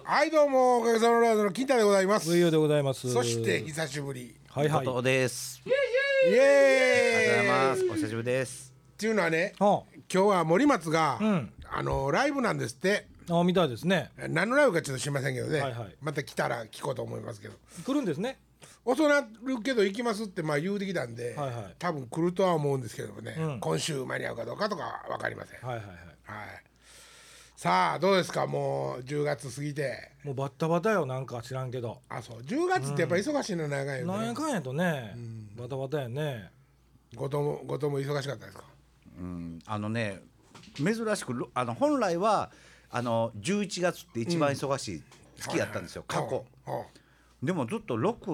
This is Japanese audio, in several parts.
はいどうもおかげさまラードの金太でございます。 上与でございます。 そして久しぶりはいはい。 後藤です。 イエーイ。 ありがとうございます。お久しぶりです。 っていうのはね、 は今日は森松が、 んライブなんですって。 あ、みたいですね。 何のライブかちょっと知りませんけどね、 はいはいまた来たら聞こうと思いますけど、 来るんですね。 遅なるけど行きますってまあ言うてきたんで、 はいはい多分来るとは思うんですけどもね、 ん今週間に合うかどうかとかは分かりません。 はいはいはい。 はい、さあどうですか、もう10月過ぎて。 もうバッタバタよ、なんか知らんけど。 あ、そう10月ってやっぱ忙しいの長いよね。 なんやかんやとね、バタバタやね。 後藤も忙しかったですか。 珍しく本来は11月って一番忙しい月やったんですよ、過去。でもずっと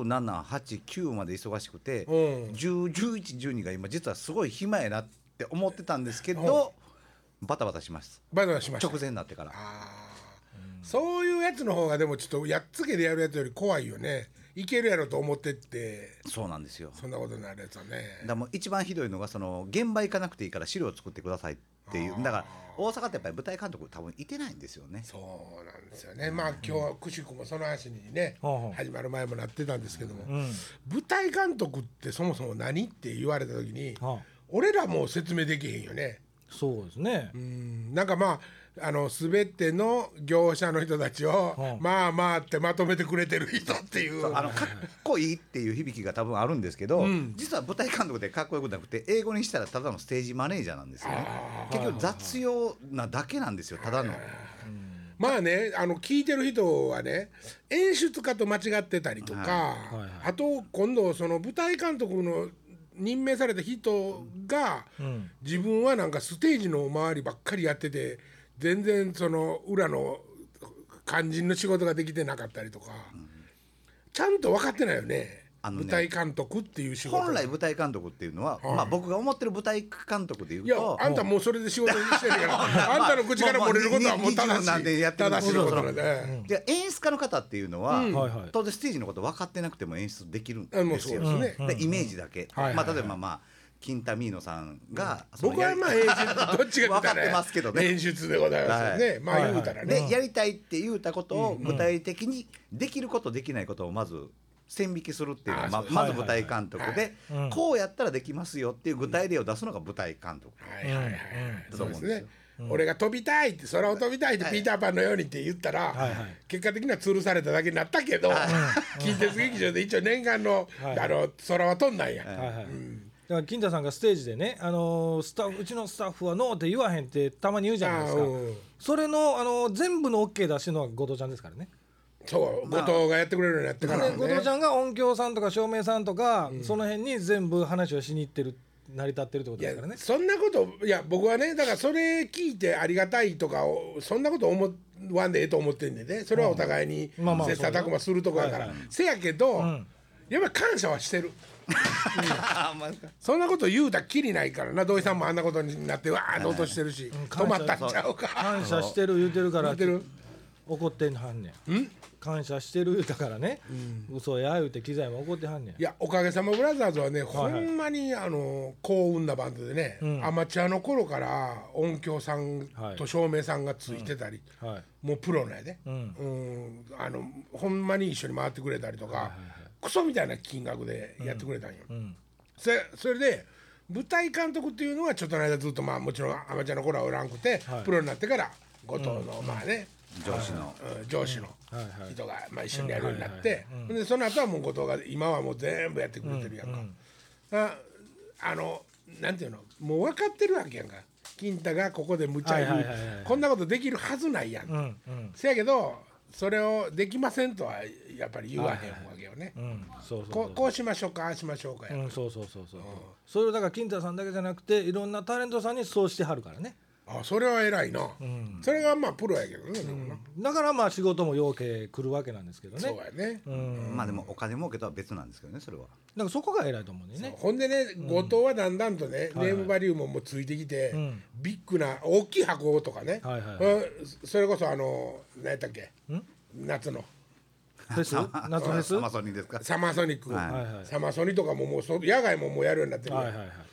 6、7、8、9まで忙しくて、10、11、12が今実はすごい暇やなって思ってたんですけど、バタバタします。 バタバタしました。 直前になってから。 そういうやつの方がでもちょっとやっつけでやるやつより怖いよね。いけるやろと思ってってそうなんですよ。 そんなことになるやつはね。 だからもう一番ひどいのが現場行かなくていいから資料を作ってくださいっていう。だから大阪ってやっぱり舞台監督多分いてないんですよね。 そうなんですよね。まあ今日はくしくもその話にね、始まる前もなってたんですけども、舞台監督ってそもそも何って言われた時に、俺らもう説明できへんよね。 そうですね。 なんかまあ全ての業者の人たちを、まあまあってまとめてくれてる人っていう、 かっこいいっていう響きが多分あるんですけど、実は舞台監督でかっこよくなくて英語にしたらただのステージマネージャーなんですよね。結局雑用なだけなんですよ、ただの。 まあね、聞いてる人はね、演出家と間違ってたりとか、あと今度その舞台監督の任命された人が、自分はなんかステージの周りばっかりやってて全然その裏の肝心の仕事ができてなかったりとか、ちゃんと分かってないよね。舞台監督っていう仕事、 本来舞台監督っていうのは、まあ僕が思ってる舞台監督でいうと、 いやあんたもうそれで仕事にしてるからあんたの口から漏れることはもう正しい、正しいことなんで、 じゃあ演出家の方っていうのは、当然ステージのこと分かってなくても演出できるんですよ。でイメージだけ、まあ例えば金田ミーノさんが、 僕はまあ演出どっちが分かってますけどね、 演出でございますよね。まあ言うたらね、 でやりたいって言うたことを具体的にできることできないことをまず線引きするっていうのはまず舞台監督で、こうやったらできますよっていう具体例を出すのが舞台監督だと思うんですよ。 俺が飛びたいって空を飛びたいってピーターパンのようにって言ったら、結果的には吊るされただけになったけど、近鉄劇場で一応念願の空は飛んだんや。 だから金太さんがステージでね、うちのスタッフはノーって言わへんってたまに言うじゃないですか。それの全部の OK 出してるのは後藤ちゃんですからね。 そう後藤がやってくれるようになってからね。 後藤ちゃんが音響さんとか照明さんとか、その辺に全部話をしに行ってる、成り立ってるってことですからね。 そんなこといや僕はね、だからそれ聞いてありがたいとかそんなこと思わんでええと思ってんでね。それはお互いに切磋琢磨するとこやから、せやけど、やっぱり感謝はしてる。そんなこと言うたらきりないからな。土井さんもあんなことになってわーっと落としてるし、止まったんちゃうか。 感謝してる言うてるから怒ってんはんねん。感謝してる言うたからね、嘘や言うて機材も怒ってはんねん。 いやおかげさまブラザーズはね、ほんまに幸運なバンドでね、アマチュアの頃から音響さんと照明さんがついてたり、もうプロなんやで、ほんまに一緒に回ってくれたりとか、クソみたいな金額でやってくれたんよ。それで舞台監督っていうのはちょっとの間ずっともちろんアマチュアの頃はおらんくて、プロになってから後藤のまあね、上司の人が一緒にやるようになって、でその後はもう後藤が今はもう全部やってくれてるやんか。なんていうの、もう分かってるわけやんか。金太がここで無茶言う、こんなことできるはずないやん。せやけどそれをできませんとはやっぱり言わへんわけよね。こうしましょうか、ああしましょうかや。 それをだから金太さんだけじゃなくていろんなタレントさんにそうしてはるからね。 それは偉いな。それがまあプロやけどね。 だからまあ仕事もようけ来るわけなんですけどね。 そうやね。 まあでもお金儲けとは別なんですけどね、それは。 だからそこが偉いと思うんだよね。 ほんでね、後藤はだんだんとね、ネームバリューもついてきて、ビッグな大きい箱とかね、それこそ何やったっけ、夏のフェス、夏フェス、 サマソニですか。 サマーソニック、サマーソニとかももう野外ももうやるようになってる。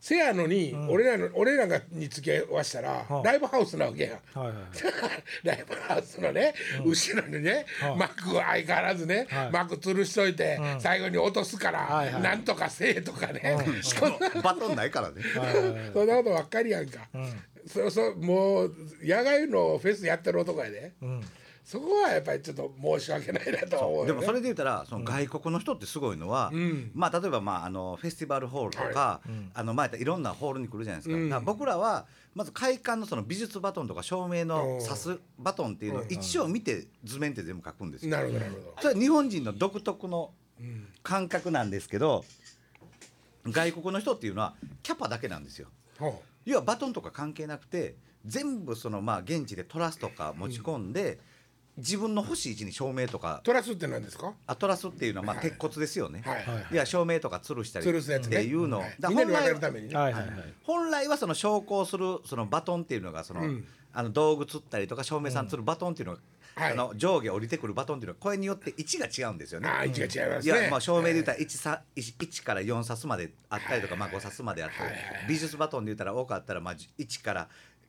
せやのに、俺らがに付き合わしたら、ライブハウスなわけやん、ライブハウスのね、後ろにね、幕を相変わらずね、幕吊るしといて、最後に落とすから、なんとかせえとかね、 バトンないからねそんなことばっかりやんか、もう野外のフェスやってる男やで、そこはやっぱりちょっと申し訳ないなと思うよね。 でもそれで言ったらその外国の人ってすごいのは、まあ例えばフェスティバルホールとか、いろんなホールに来るじゃないですか。だから僕らはまず会館のその美術バトンとか照明の指すバトンっていうのを一応見て図面って全部書くんですよ。 なるほどなるほど。 それは日本人の独特の感覚なんですけど、外国の人っていうのはキャパだけなんですよ。要はバトンとか関係なくて、全部その現地でトラスとか持ち込んで、自分の欲しい位置に照明とか。 トラスって何ですか？ トラスっていうのは鉄骨ですよね。いや照明とか吊るしたりっていうのを、 みんなに分かるためにね。 本来はその昇降するそのバトンっていうのがその道具吊ったりとか照明さん吊るバトンっていうのが上下降りてくるバトンっていうのはこれによって位置が違うんですよね。 位置が違いますね。 いやまあ照明で言ったら1から4冊まであったりとか5冊まであって、美術バトンで言ったら多かったら1から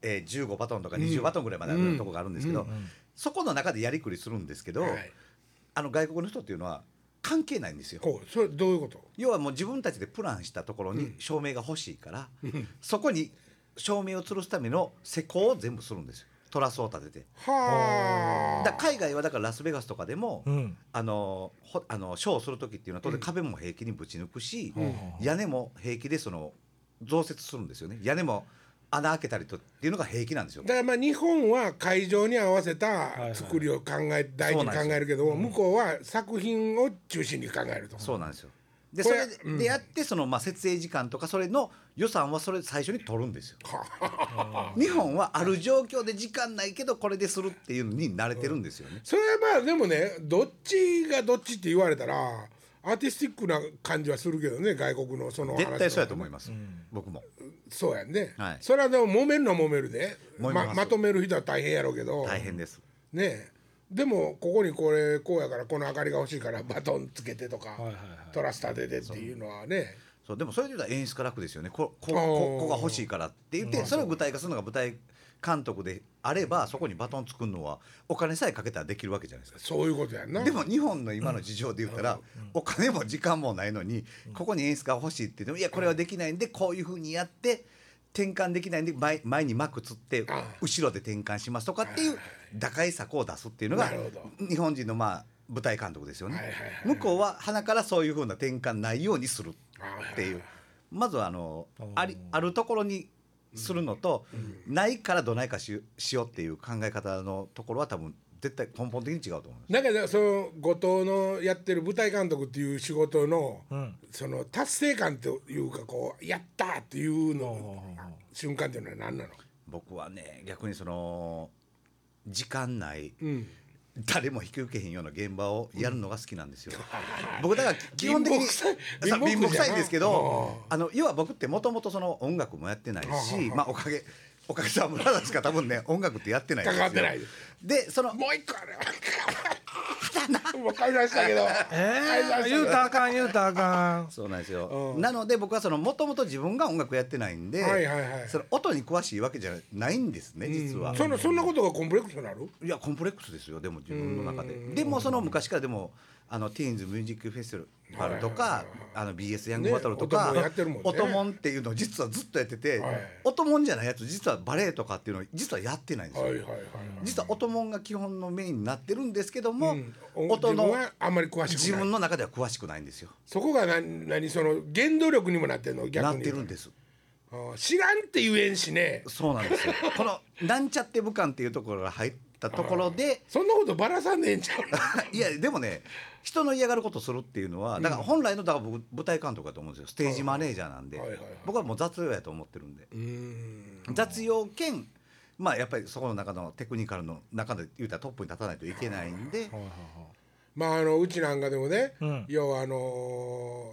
15バトンとか20バトンぐらいまであるとこがあるんですけど、そこの中でやりくりするんですけど、外国の人っていうのは関係ないんですよ。 それどういうこと？ 要はもう自分たちでプランしたところに照明が欲しいから、そこに照明を吊るすための施工を全部するんですよ。トラスを立てて。海外はだからラスベガスとかでも、ショーをする時っていうのは当然壁も平気にぶち抜くし、屋根も平気でその増設するんですよね。屋根も穴開けたりとっていうのが平気なんですよ。 だから日本は会場に合わせた作りを大事に考えるけど、向こうは作品を中心に考えると。 そうなんですよ。でそれでやってその設営時間とかそれの予算はそれ最初に取るんですよ。日本はある状況で時間ないけどこれでするっていうのに慣れてるんですよね。 それはでもね、どっちがどっちって言われたらアーティスティックな感じはするけどね、外国のその話。 絶対そうやと思います、僕も。 そうやんね、それはでも揉めるのは揉めるで、まとめる人は大変やろうけど。 大変ですね。でもここにこれこうやからこの明かりが欲しいからバトンつけてとか、トラス立ててっていうのはね。 そうでもそれで言うと演出家楽ですよね。こが欲しいからって言って、それを具体化するのが舞台監督であれば、そこにバトン作るのはお金さえかけたらできるわけじゃないですか。 そういうことやんな。 でも日本の今の事情で言ったら、お金も時間もないのに、ここに演出家欲しいって言っても、いやこれはできないんでこういうふうにやって転換できないんで前に幕つって後ろで転換しますとかっていう打開策を出すっていうのが日本人の舞台監督ですよね。向こうは鼻からそういうふうな転換ないようにするっていう、まずはあるところにするのと、ないからどないかしようっていう考え方のところは多分絶対根本的に違うと思います。 だからその後藤のやってる舞台監督っていう仕事の、その達成感というか、こうやったっていうの瞬間っていうのは何なの？ 僕はね、逆にその時間ない、誰も引き受けへんような現場をやるのが好きなんですよ。僕だから基本的に貧乏くさいんですけど、要は僕ってもともとその音楽もやってないし、おかげさまでしか多分ね音楽ってやってないんですよ。 関わってないでそのもう一個あるもう解散したけど言うたらあかん言うたらあかん。 そうなんですよ。なので僕はそのもともと自分が音楽やってないんで、その音に詳しいわけじゃないんですね、実は。 そんなことがコンプレックスになる？ いやコンプレックスですよ。でも自分の中で。でもその昔からでもティーンズミュージックフェスティバルとかBS ヤングバトルとか音もんっていうのを実はずっとやってて、音もんじゃないやつ実はバレエとかっていうのを実はやってないんですよ。実は音もんが基本のメインになってるんですけども、音のあんまり詳しくない、 自分の中では詳しくないんですよ。 そこが何その原動力にもなってるの？逆になってるんです。 知らんって言えんしね。 そうなんですよ。このなんちゃって武漢っていうところが入ったところでそんなことばらさんねえんちゃういやでもね、人の嫌がることするっていうのはだから本来の僕舞台監督だと思うんですよ。ステージマネージャーなんで、僕はもう雑用やと思ってるんで、雑用兼やっぱりそこの中のテクニカルの中で言うたらトップに立たないといけないんで、 うちなんかでもね、要は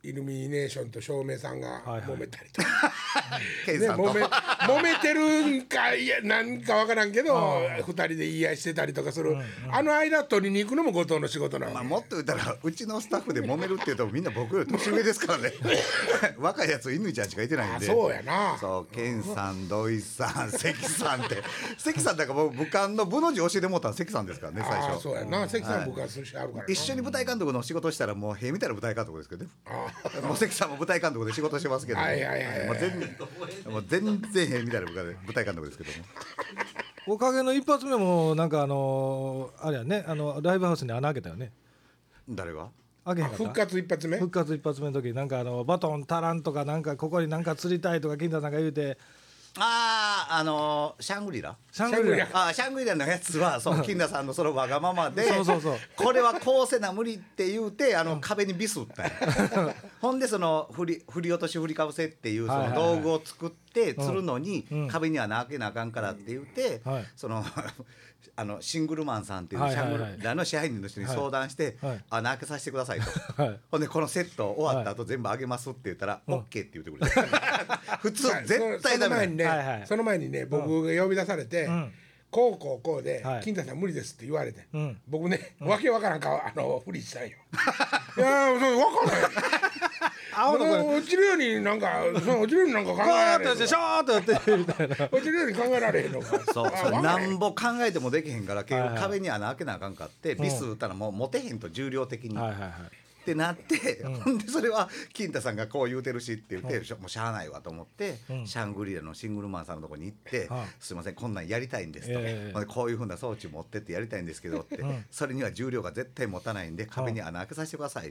イルミネーションと照明さんが揉めたりとか、 ケンさんと揉めてるんかいやなんかわからんけど2人で言い合いしてたりとかする、あの間取りに行くのも後藤の仕事なの、 もっと言ったらうちのスタッフで揉めるっていうとみんな僕より年上ですからね若いやつ乾ちゃんしかいてないんで。 そうやな。 そうケンさん土井さん関さんって関さんだから僕武漢の部の字教えてもらったの関さんですからね最初。 そうやな、関さん部下するしあるからな。 一緒に舞台監督の仕事したらもう塀みたいな舞台監督ですけどね。もう関さんも舞台監督で仕事してますけども、もう全然塀みたいな舞台監督ですけどもおかげの一発目もなんかあれやね、ライブハウスに穴開けたよね。 誰が開けへんかった。 復活一発目の時なんかバトン足らんとかなんかここになんか釣りたいとか金田さんが言うて、 シャングリラシャングリラのやつはそう金田さんのそのわがままでそうこれはこうせな無理って言うて壁にビス打ったんやほんでその振り落とし振りかぶせっていうその道具を作って釣るのに壁には開けなあかんからって言うて、そのシングルマンさんっていうシャングルラの支配人の人に相談して穴開けさせてくださいとほんでこのセット終わった後全部あげますって言ったら OK って言ってくれた普通絶対ダメその前にね僕が呼び出されてこうで金田さん無理ですって言われて僕ねわけわからんかふりしたんよいやそれわからん落ちるようになんか落ちるようになんか考えられへんシャーッとやってみたいな落ちるように考えられへんのかそうなんぼ考えてもできへんから結局壁に穴開けなあかんかってビス打ったらもう持てへんと重量的にってなって、ほんでそれは金太さんがこう言うてるしって言って、もうしゃあないわと思って、シャングリラのシングルマンさんのとこに行って、すいませんこんなんやりたいんですと、こういうふうな装置持ってってやりたいんですけどって、それには重量が絶対持たないんで壁に穴開けさせてくださいって、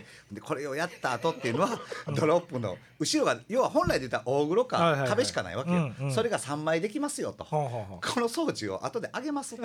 でこれをやった後っていうのはドロップの後ろが要は本来で言ったら大黒か壁しかないわけよ、それが3枚できますよと、この装置を後で上げますって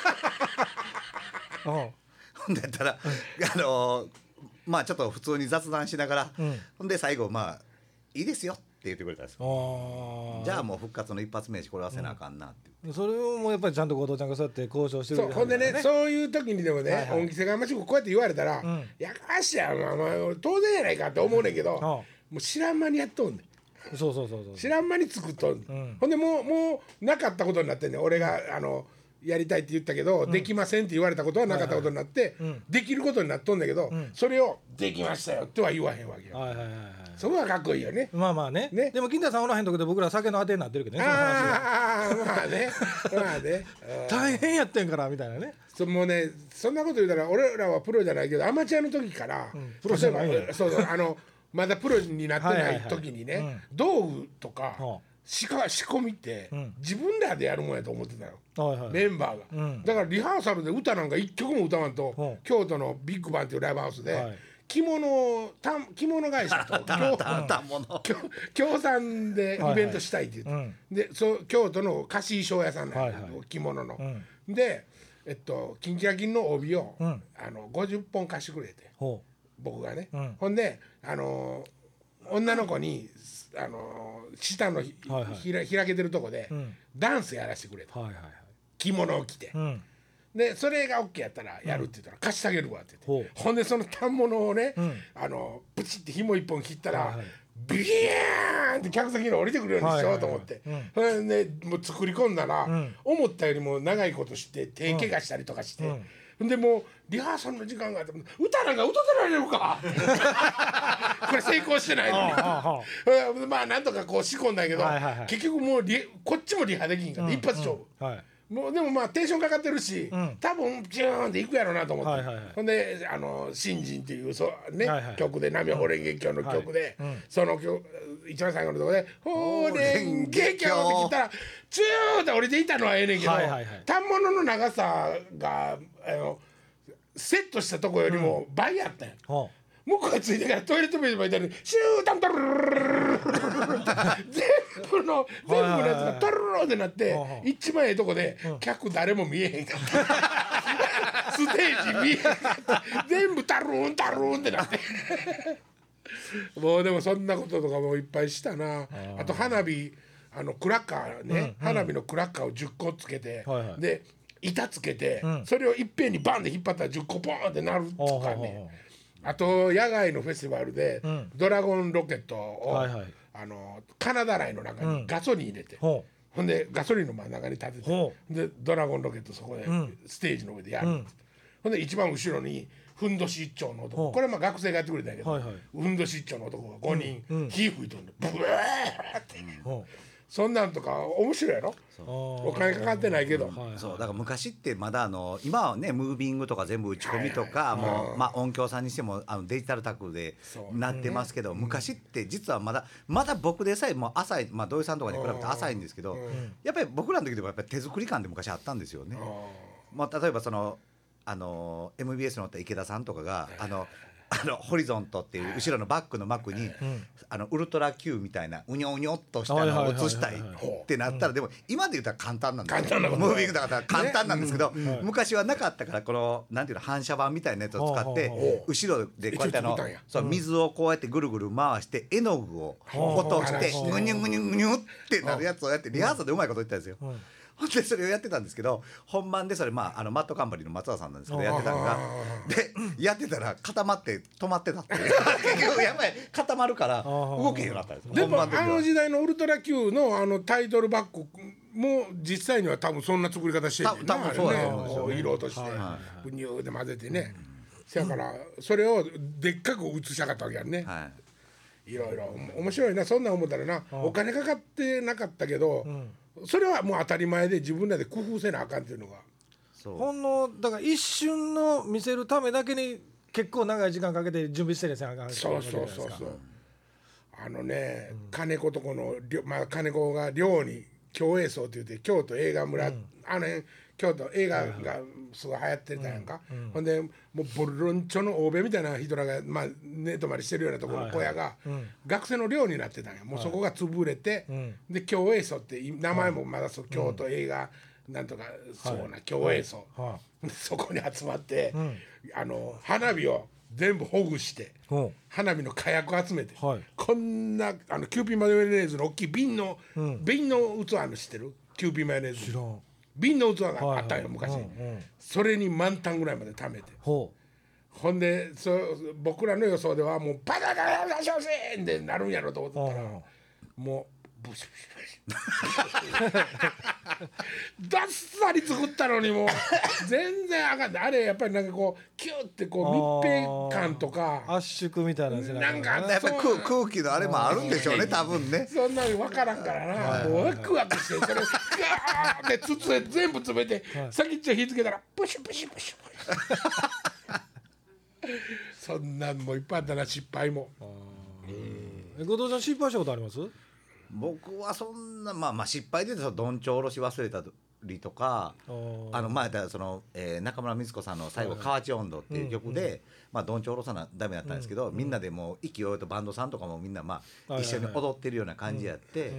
ほんでやったらまあちょっと普通に雑談しながら、ほんで最後まあいいですよって言ってくれたんですよ。じゃあもう復活の一発目しこれはせなあかんなって、 それをもうやっぱりちゃんと後藤ちゃんがそうやって交渉してくれる、 ほんでねそういう時にでもね、恩着せがましくこうやって言われたら、やかしやまあ当然やないかと思うねんけど、もう知らん間にやっとんねん。 そう知らん間に作っとんねん、ほんでもうなかったことになってんねん。俺がやりたいって言ったけど、できませんって言われたことはなかったことになって、できることになっとんだけど、それをできましたよっては言わへんわけよ。そこはかっこいいよね。 まあね。でも金田さんおらへんとこで僕ら酒のあてになってるけどね。 まあね大変やってんからみたいなね。 もうねそんなこと言うたら俺らはプロじゃないけどアマチュアの時から、 プロじゃないよ。 まだプロになってない時にね、道具とか仕込みって自分らでやるもんやと思ってたよ、メンバーが、だからリハーサルで歌なんか一曲も歌わんと、京都のビッグバンっていうライブハウスで、着物会社と協賛でイベントしたいって言って、で京都の貸衣装屋さんなんやけど、着物の、でキンキラキンの帯を50本貸してくれて、僕がね、ほんで女の子に下の開けてるとこでダンスやらせてくれた、着物を着て、でそれが OK やったらやるって言ったら貸してあげるわって言って、ほんでその反物をね、プチって紐一本切ったら、ビーンって客席に降りてくるようにしようと思って、でもう作り込んだら、思ったよりも長いことして手怪我したりとかして、でもうリハーサルの時間があって歌なんか歌ってられるかこれ成功してないのにまあなんとかこう仕込んだけど、結局もうこっちもリハできんから、一発勝負、もうでもまあテンションかかってるし、多分ジューンっていくやろうなと思って、ほんで新人っていう曲で波法蓮華経の曲で、その曲一番最後のとこで法蓮華経って切ったらチューって降りていたのはええねんけど、反物の長さがセットしたとこよりも倍あったんや、向こうがついてからトイレットページ巻いたのにシュータンタルルルルル全部のやつがトルルルってなって一番ええとこで客誰も見えへんかったステージ見えへんかった全部タルーンタルーンってなってもうでもそんなこととかもいっぱいしたな。あと花火クラッカーね、花火のクラッカーを10個つけて、で板つけて、それをいっぺんにバンで引っ張ったら10個ポーンってなるとかね、 あと野外のフェスティバルで、ドラゴンロケットを、金だらいの中にガソリン入れて、ほんでガソリンの真ん中に立てて、でドラゴンロケットそこでステージの上でやる、ほんで一番後ろにふんどし一丁の男、これは学生がやってくれたんやけど、ふんどし一丁の男が5人、火吹いとんでブワーって、そんなんとか面白いやろ。お金かかってないけど、 そうだから昔ってまだ今はねムービングとか全部打ち込みとか、もう音響さんにしてもデジタルタックでなってますけど、昔って実はまだ僕でさえも浅い、土井さんとかに比べて浅いんですけど、やっぱり僕らの時でもやっぱり手作り感で昔あったんですよね。例えばMBS の池田さんとかがホリゾントっていう後ろのバックの幕に、ウルトラ Q みたいなうにょうにょっとしたのを映したいってなったら、でも今で言ったら簡単なんですよ。ムービングだから簡単なんですけど、昔はなかったから、このなんていうの反射板みたいなやつを使って後ろでこうやって水をこうやってぐるぐる回して絵の具を落としてぐにゅぐにゅぐにゅってなるやつをやってリハーサルでうまいこと言ったんですよ。ほんでそれをやってたんですけど、本番でそれマットカンパニーの松田さんなんですけどやってたのが、でやってたら固まって止まってたって結局やっぱり固まるから動けへんようになったんです。 でも時代のウルトラ Q のタイトルバッグも実際には多分そんな作り方してるんだよね。色としてブニューで混ぜてね。そやからそれをでっかく映したかったわけやね。いろいろ面白いな、そんなん思ったらな、お金かかってなかったけど、それはもう当たり前で自分らで工夫せなあかんっていうのが、 ほんのだから一瞬の見せるためだけに結構長い時間かけて準備してるんですよ。 そう金子とこの、金子が寮に京映荘って言って京都映画村、辺京都映画がすごい流行ってたやんか、ほんでもうボルロンチョの欧米みたいな人らが寝泊まりしてるようなところの小屋が学生の寮になってたんや。もうそこが潰れて、で京映荘って名前もまだ京都映画なんとかそうな京映荘、そこに集まって、花火を全部ほぐして花火の火薬集めて、こんなキューピーマヨネーズの大きい瓶の器あるの知ってる？キューピーマヨネーズ瓶の器があったよ昔、それに満タンぐらいまで貯めて、ほんで僕らの予想ではもうバタバタバタ小戦でなるんやろと思ったら、もうブシブシブシダッサリ作ったのにもう全然あかんで、あれやっぱりなんかこうキューってこう密閉感とか圧縮みたいななんかやっぱり空気のあれもあるんでしょうね多分ね。 そんなに分からんからな、もうワクワクしてそれガーって筒で全部詰めて、先っちょ火つけたらプシュプシュプシュそんなんもいっぱいあったな、失敗も。 後藤さん失敗したことあります？ 僕はそんな失敗でどんちょうおろし忘れたりとか、中村美律子さんの最後「河内音頭」っていう曲でどんちょうおろさなダメだったんですけど、みんなでもう意気揚々とバンドさんとかもみんな一緒に踊ってるような感じやって、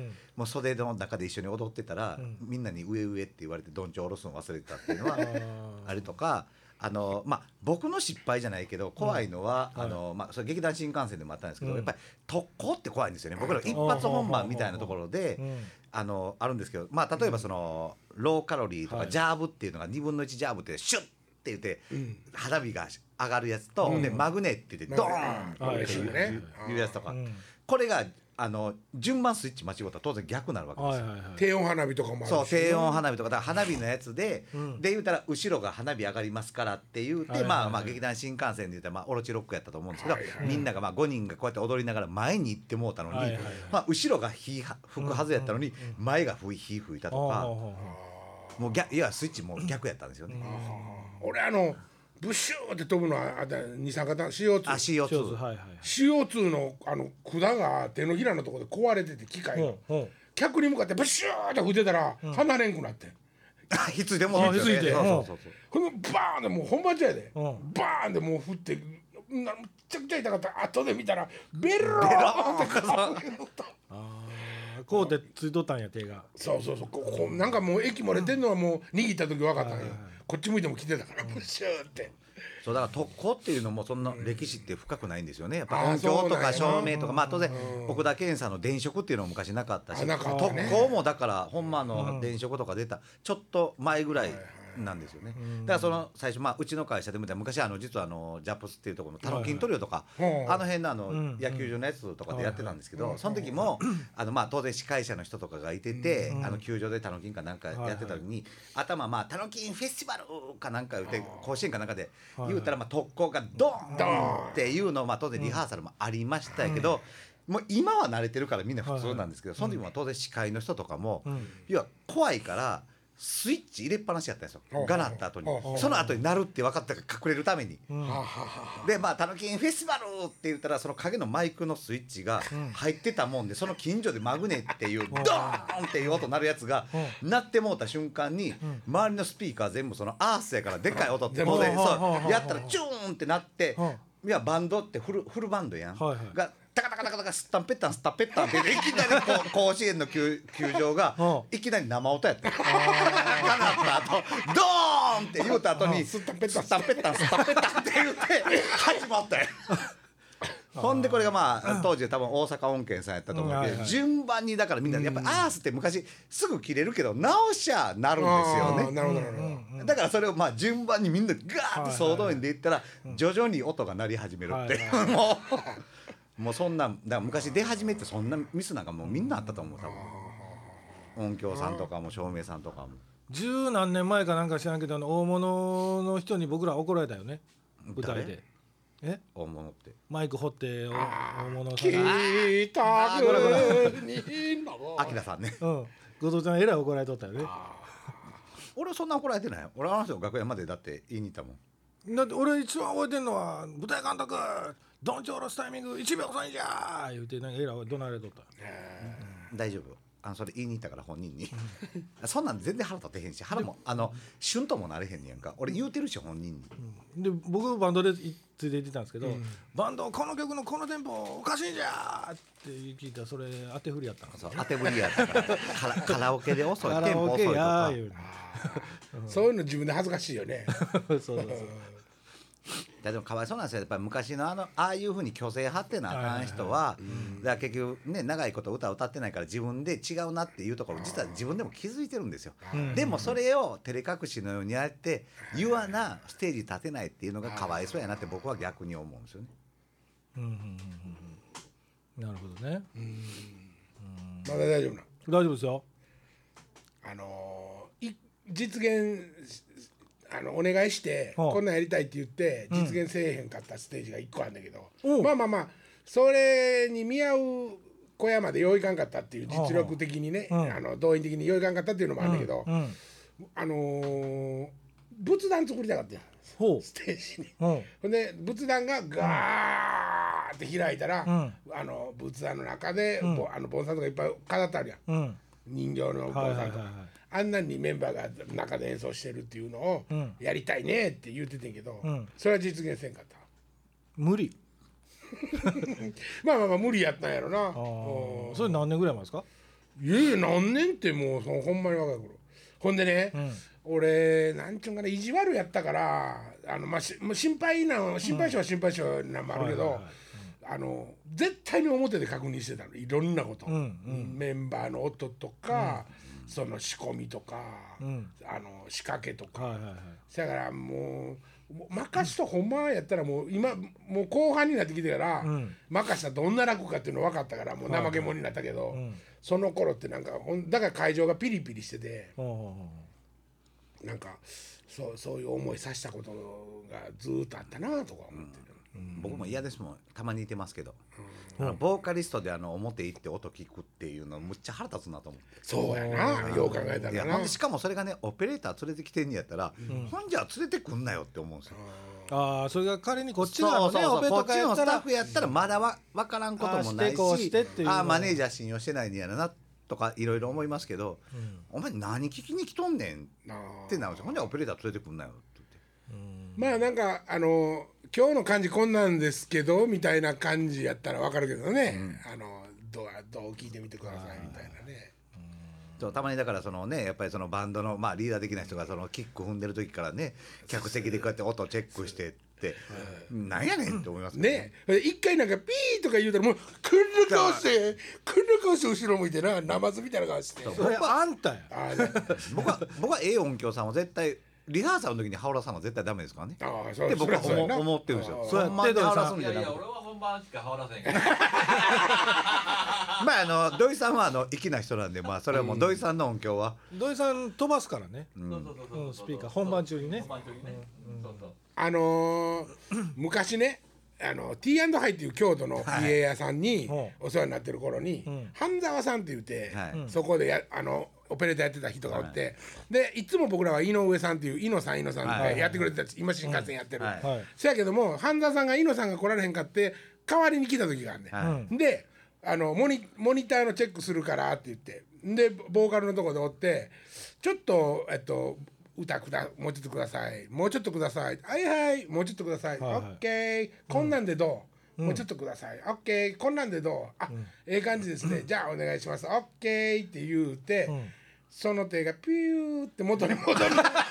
もう袖の中で一緒に踊ってたら、みんなに上上って言われてどんちょうおろすの忘れてたっていうのはあるとか。僕の失敗じゃないけど怖いのは、それ劇団新幹線でもあったんですけど、やっぱり特攻って怖いんですよね。僕ら一発本番みたいなところであるんですけど、例えばローカロリーとかジャーブっていうのが2分の1ジャーブってシュッって言って花火が上がるやつと、でマグネって言ってドーンっていうやつとか、これが順番スイッチ間違ったら当然逆になるわけですよ。 低音花火とかもあるし、 そう低音花火とかだから花火のやつで言うたら後ろが花火上がりますからって言うて、劇団新幹線で言うたらオロチロックやったと思うんですけど、みんなが5人がこうやって踊りながら前に行ってもうたのに、後ろが火吹くはずやったのに前が火吹いたとか、もういやスイッチも逆やったんですよね。 俺ブシューって飛ぶのは二酸化炭素 CO2 の管が手のひらのところで壊れてて機械が客に向かってブシューって振ってたら離れんくなってひっついてもひっついてこのバーンでもう本番中やでバーンでもう振ってめちゃくちゃ痛かった。後で見たらベローってこうでついとったんや手が。 そうなんかもう液漏れてんのはもう握った時分かったんよ。こっち向いても来てたからブシューって。 そうだから特攻っていうのもそんな歴史って深くないんですよね。やっぱ音響とか照明とか当然奥田健さんの電飾っていうのも昔なかったし、特攻もだからほんまの電飾とか出たちょっと前ぐらいなんですよね。だからその最初うちの会社でも昔実はジャポスっていうところのタノキントリオとかあの辺の野球場のやつとかでやってたんですけど、その時も当然司会者の人とかがいてて球場でタノキンかなんかやってた時にタノキンフェスティバルかなんか言って甲子園かなんかで言うたら特攻がドーンっていうの当然リハーサルもありましたけど、もう今は慣れてるからみんな普通なんですけど、その時も当然司会の人とかも要は怖いからスイッチ入れっぱなしやったんですよ。が鳴った後にその後に鳴るって分かったから隠れるために。でタノキンフェスティバルって言ったらその影のマイクのスイッチが入ってたもんで、その近所でマグネっていうドーンっていう音鳴るやつが鳴ってもうた瞬間に周りのスピーカー全部そのアースやからでっかい音って当然そうやったらチューンってなって、いやバンドってフルバンドやんがタカタカタカタカスッタンペッタンスタンペッタンっていきなり甲子園の球場がいきなり生音やったがなった後ドーンって言うた後にスッタンペッタンスタンペッタンスタンペッタンって言って始まったよ。ほんでこれが当時多分大阪音源さんやったと思うけど、順番にだからみんなやっぱアースって昔すぐ切れるけど直しゃなるんですよね。 なるほど。 だからそれを順番にみんなガーッと総動員でいったら徐々に音が鳴り始めるってもうそんなだから昔出始めってそんなミスなんかもうみんなあったと思う。多分音響さんとかも照明さんとかも十何年前かなんか知らんけど大物の人に僕ら怒られたよね、舞台で。 大物ってマイク掘って大物さん北国にアキラさんね。 後藤ちゃんえらい怒られとったよね。 俺そんな怒られてない。俺あの人楽屋までだって言いに行ったもん。 だって俺一番覚えてんのは舞台監督どんちょ下ろすタイミング1秒遅いんじゃー言うてなんかえらい怒鳴られとった。 大丈夫それ言いに行ったから本人にそんなん全然腹立てへんし腹もシュンともなれへんねやんか。俺言うてるし本人に。 で僕バンドでついて行ってたんですけど、バンドこの曲のこのテンポおかしいんじゃーって聞いたらそれ当て振りやったんですよ。 当て振りやったからカラオケで遅いテンポ遅いとかそういうの自分で恥ずかしいよね。 そうでもかわいそうなんですよ。やっぱり昔のああいうふうに虚勢張ってなあかん人はだから結局ね長いこと歌を歌ってないから自分で違うなっていうところ実は自分でも気づいてるんですよ。でもそれを照れ隠しのようにやって言わなステージ立てないっていうのがかわいそうやなって僕は逆に思うんですよね。 なるほどね。 まだ大丈夫な。 大丈夫ですよ。 実現お願いしてこんなんやりたいって言って実現せえへんかったステージが1個あるんだけど、まあそれに見合う小屋までよいかんかったっていう実力的にね、動員的によいかんかったっていうのもあるんだけど、仏壇作りたかったよステージに。ほんで仏壇がガーって開いたら、仏壇の中で盆栽とかいっぱい飾ってあるやん、人形の盆栽とか。あんなにメンバーが中で演奏してるっていうのをやりたいねって言っててんけど、それは実現せんかった。 無理まあ無理やったんやろな。 それ何年ぐらい前ですか。 いや何年ってもうほんまに若い頃。ほんでね、俺なんちゅうんかな意地悪やったから心配性は心配性なんもあるけど、絶対に表で確認してたのいろんなこと、メンバーの音とか、その仕込みとか、仕掛けとか、だからもう任しとほんまやったらもう今もう後半になってきてから、任したらどんな楽かっていうの分かったからもう怠け者になったけど、その頃ってなんかだから会場がピリピリしてて、なんかそういう思いさせたことがずっとあったなとか思ってる。 僕も嫌ですもん。たまにいてますけど、ボーカリストで表行って音聞くっていうのむっちゃ腹立つなと思って。 そうやな、よう考えたらな。 しかもそれがねオペレーター連れてきてんやったら、ほんじゃ連れてくんなよって思うんですよ。 それが仮にこっちのねオペとかやったら、 こっちのスタッフやったらまだ分からんこともないし、マネージャー信用してないんやなとかいろいろ思いますけど、お前何聞きに来とんねんってなるんですよ。ほんじゃオペレーター連れてくんなよって言って。 まあなんか今日の感じこんなんですけどみたいな感じやったら分かるけどね、どう聞いてみてくださいみたいなね。 たまにだからそのねやっぱりそのバンドのリーダー的な人がそのキック踏んでる時からね客席でこうやって音チェックしてってなんやねんって思いますね。 一回なんかピーとか言うたらもうくるかして後ろ向いてなナマズみたいな顔して。 それあんたや。 僕は音響さんは絶対リハーサルの時に羽織らさんは絶対ダメですからね。 ああ、そうで僕はそりゃそうやな思ってるんですよ。 そうやって羽織らすんいじゃなくてやいや俺は本番しか羽織らせんけどまあ土井さんは粋な人なんで、まあそれはもう土井さんの音響は、 土井さん飛ばすからね、 そうそうそうそうスピーカー本番中にね本番中にねそうそう昔ねT&ハイっていう京都の家屋さんにお世話になってる頃に、半沢さんって言って、そこでオペレーターやってた人がおって、でいつも僕らは井上さんっていう井野さんってやってくれてたやつ、今新幹線やってる、そやけども半沢さんが井野さんが来られへんかって代わりに来た時があるね、でモニターのチェックするからって言って、でボーカルのとこでおってちょっと歌もうちょっとください、もうちょっとください、はいはいもうちょっとください、オッケーこんなんでどう、もうちょっとください、オッケーこんなんでどう、ええ感じですね、じゃあお願いします、オッケーって言うて、その手がピューって元に戻る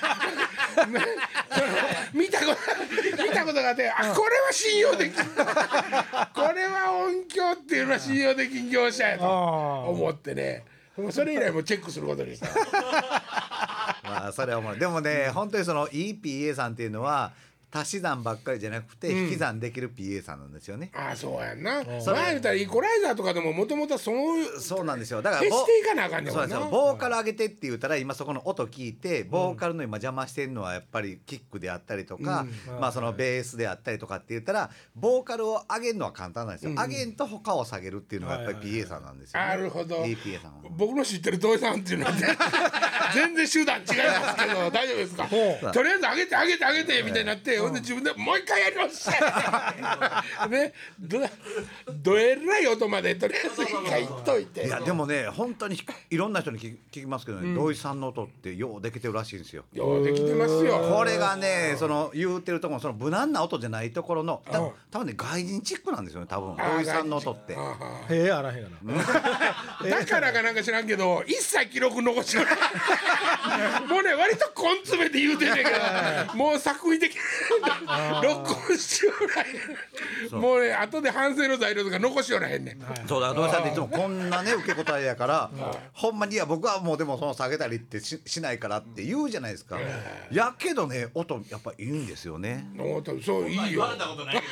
見たことがあって、あ、これは信用できんこれは音響っていうのは信用できん業者やと思ってね、それ以来もチェックすることにしたまあそれは思う。でもね、本当にいい PA さんっていうのは足し算ばっかりじゃなくて引き算できる PA さんなんですよね。 ああ、そうやんな。前言ったらイコライザーとかでももともとそうなんですよ。だから消していかなあかんねんもんな。 そうですよ。ボーカル上げてって言ったら今そこの音聞いて、ボーカルの今邪魔してるのはやっぱりキックであったりとか、まあそのベースであったりとかって言ったらボーカルを上げるのは簡単なんですよ。上げんと他を下げるっていうのがやっぱり PA さんなんですよね。 なるほど。 いい PA さんは。 僕の知ってる土井さんっていうのは全然手段違いますけど大丈夫ですか。とりあえず上げてみたいになって、ほんで自分でもう一回やりましたね、どえらい音までとりあえず一回言っといて。 いやでもね、本当にいろんな人に聞きますけどね、土井さんの音ってようできてるらしいんですよ。 ようできてますよ。 これがね、言うてるところの無難な音じゃないところの多分ね、外人チックなんですよね、多分土井さんの音って。 へえ、あらへんがなだからかなんか知らんけど一切記録残してないもうね、割と根詰めて言うてんねんけどもう作為的録音しようないもうね、後で反省の材料とか残しようなへんねん。 そうだから土井さんっていつもこんなね受け答えやからほんまに、いや僕はもうでも下げたりってしないからって言うじゃないですか。やけどね、音やっぱいいんですよね。 そういいよ。 言われたことないけど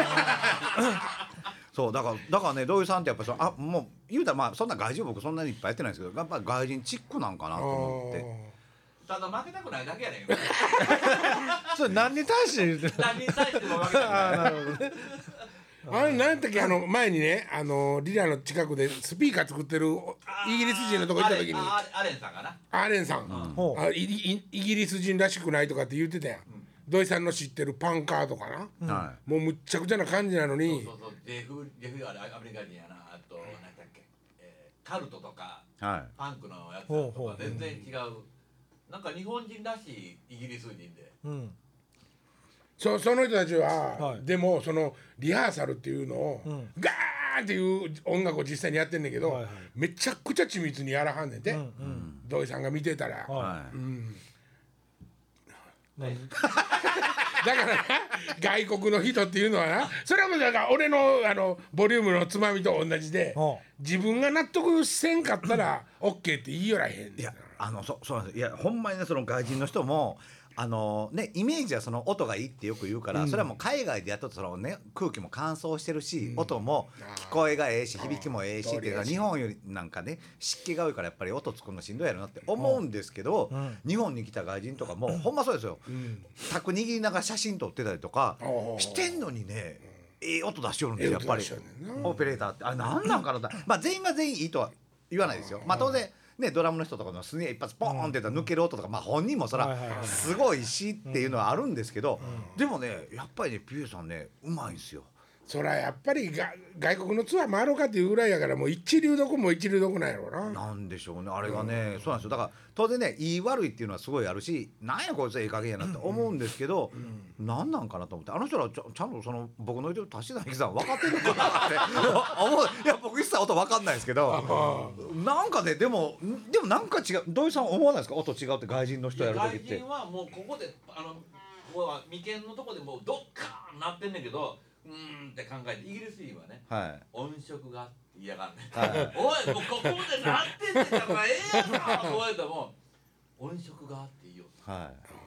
そうだからね、土井さんってやっぱもう言うたらまあそんな外人僕そんなにいっぱいやってないんですけど、やっぱり外人チックなんかなと思って。 ただ負けたくないだけやねんそれ何に対して言うてる何に対しても負けたくないなるほどね何やったっけ、前にねリラの近くでスピーカー作ってるイギリス人のとこ行った時にアレンさんかな、 アーレンさん、イギリス人らしくないとかって言ってたやん。土井さんの知ってるパンカーとかな、もうむっちゃくちゃな感じなのに、 そうジェフあれアメリカ人やな、あと何だっけ、カルトとか、パンクのやつとか全然違う、なんか日本人らしいイギリス人で、 その人たちは、でもそのリハーサルっていうのを、ガーンっていう音楽を実際にやってんねんけど、めちゃくちゃ緻密にやらはんねんて、土井さんが見てたら、だからな、外国の人っていうのはな、それはもうだから俺のボリュームのつまみと同じで、自分が納得せんかったら OK って言いよらへんねん。 いやそうなんです。いやほんまにね、その外人の人もね、イメージはその音がいいってよく言うから、それはもう海外でやっとって空気も乾燥してるし、音も聞こえがええし響きもええしっていうか、日本よりなんかね湿気が多いからやっぱり音作るのしんどいやろなって思うんですけど、日本に来た外人とかもほんまそうですよ、卓握りながら写真撮ってたりとかしてんのにね、いい音出しよるんですよ、やっぱりオペレーターって。あれなんなんかな、まあ全員が全員いいとは言わないですよ。まあ当然ね、ドラムの人とかのスネア一発ポーンって抜ける音とか、まあ本人もそらすごいしっていうのはあるんですけど、でもねやっぱりねピューさんねうまいんですよ。 そらやっぱり外国のツアー回ろうかっていうぐらいやから、もう一流どこも一流どこなんやろうな。 なんでしょうね、あれがね、そうなんですよ。だから当然ね、いい悪いっていうのはすごいあるし、なんやこいつええ加減やなって思うんですけど、なんなんかなと思って、あの人らちゃんと僕の言ってる足し算引き算分かってるのかなって思う。いや僕一切音分かんないですけどなんかね、でもなんか違う。土井さん思わないですか、音違うって外人の人やる時って。 外人はもうここでここは眉間のとこでもうドッカーンなってんねんけど、って考えて、イギリス人はね、音色が嫌がんね、おいもうここでなってんねんからええやんかと言われたらもう音色がっていいよ、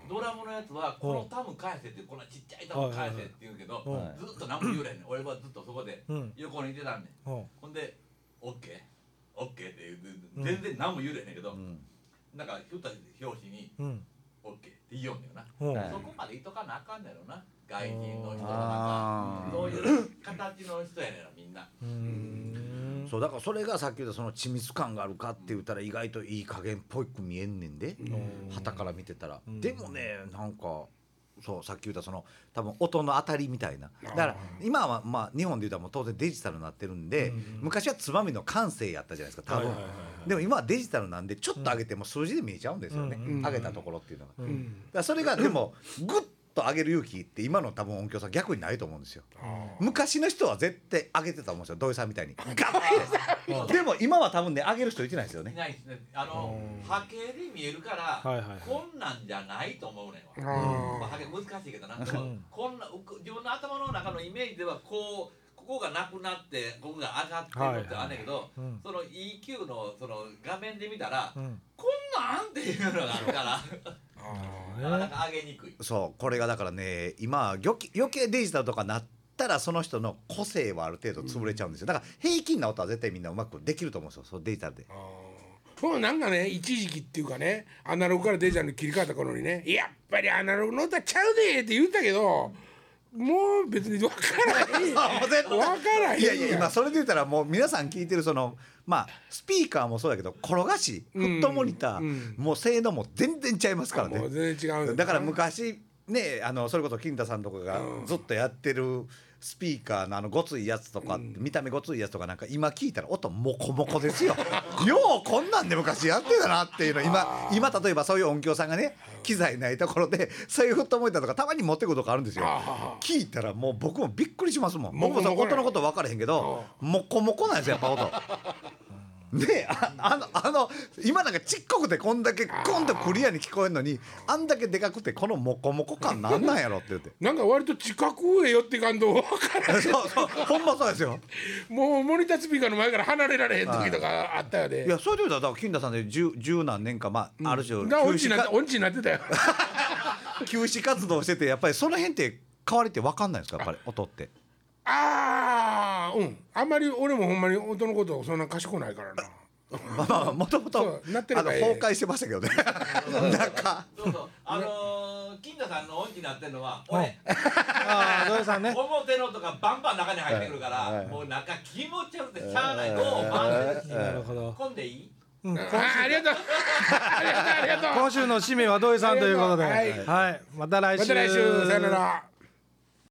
ドラムのやつはこのタム返せってこんなちっちゃいタム返せって言うけどずっと何も言うれんねん。俺はずっとそこで横にいてたんねん。ほんでオッケーオッケーって言う全然何も言うれんねんけどなんかふった拍子にオッケーって言いよんだよな。そこまで言っとかなあかんだよな。外人の人とかそういう形の人やねんみんな。 そうだからそれがさっき言ったその緻密感があるかって言ったら意外といい加減っぽく見えんねんで旗から見てたら。でもねなんかそうさっき言ったその多分音の当たりみたいな。だから今はまあ日本で言うたらもう当然デジタルになってるんで昔はつまみの感性やったじゃないですか多分。でも今はデジタルなんでちょっと上げても数字で見えちゃうんですよね上げたところっていうのが。だからそれがでもグッと上げる勇気って今の多分音響さん逆にないと思うんですよ。昔の人は絶対上げてたと思うんですよ土井さんみたいにガッて。でも今は多分ね上げる人いてないですよね。 いないですね。波形で見えるからこんなんじゃないと思うねんわ。波形難しいけどな。でもこんな自分の頭の中のイメージではここがなくなってここが上がってるってあんねんけどその EQ のその画面で見たらこんなんっていうのがあるからなかなか上げにくい。 そうこれがだからね今余計デジタルとかなったらその人の個性はある程度潰れちゃうんですよ。だから平均な音は絶対みんなうまくできると思うんですよそのデジタルで。 そうなんかね一時期っていうかねアナログからデジタルに切り替えた頃にねやっぱりアナログの音はちゃうでって言ったけどもう別に分からへん分からへん。 いやいや今それで言ったらもう皆さん聞いてるそのまあスピーカーもそうだけど転がしフットモニターもう性能も全然ちゃいますからね。 もう全然違う。 だから昔ねそれこそ金太さんとかがずっとやってるスピーカーのごついやつとか見た目ごついやつとかなんか今聞いたら音モコモコですよ。ようこんなんで昔やってたなっていうの今例えばそういう音響さんがね機材ないところでそういうフットモニターとかたまに持ってくるとかあるんですよ。聞いたらもう僕もびっくりしますもん。僕も音のこと分からへんけどモコモコなんですよやっぱ音。で今なんかちっこくてこんだけコンとクリアに聞こえるのにあんだけでかくてこのモコモコ感なんなんやろって言ってなんか割と近くへ寄っていかんと分からん。 そうほんまそうですよ。 もうモニタースピーカーの前から離れられへん時とかあったよね。 いやそれで言うたら金田さんで十何年かまあある種音痴になってたよ。 休止活動しててやっぱりその辺って変わりって分かんないですかやっぱり音って。 あんまり俺もほんまに音のことそんな賢くないからな。 まあもともと崩壊してましたけどね。なんかそうそう金田さんの音痴になってるのは俺土井さんね表のとかバンバン中に入ってくるからもう中気持ち悪くてしゃあない。どう回してなるほど。 混んでいい？ ありがとうありがとう。 今週の締めは土井さんということで、 はいまた来週。 さよなら。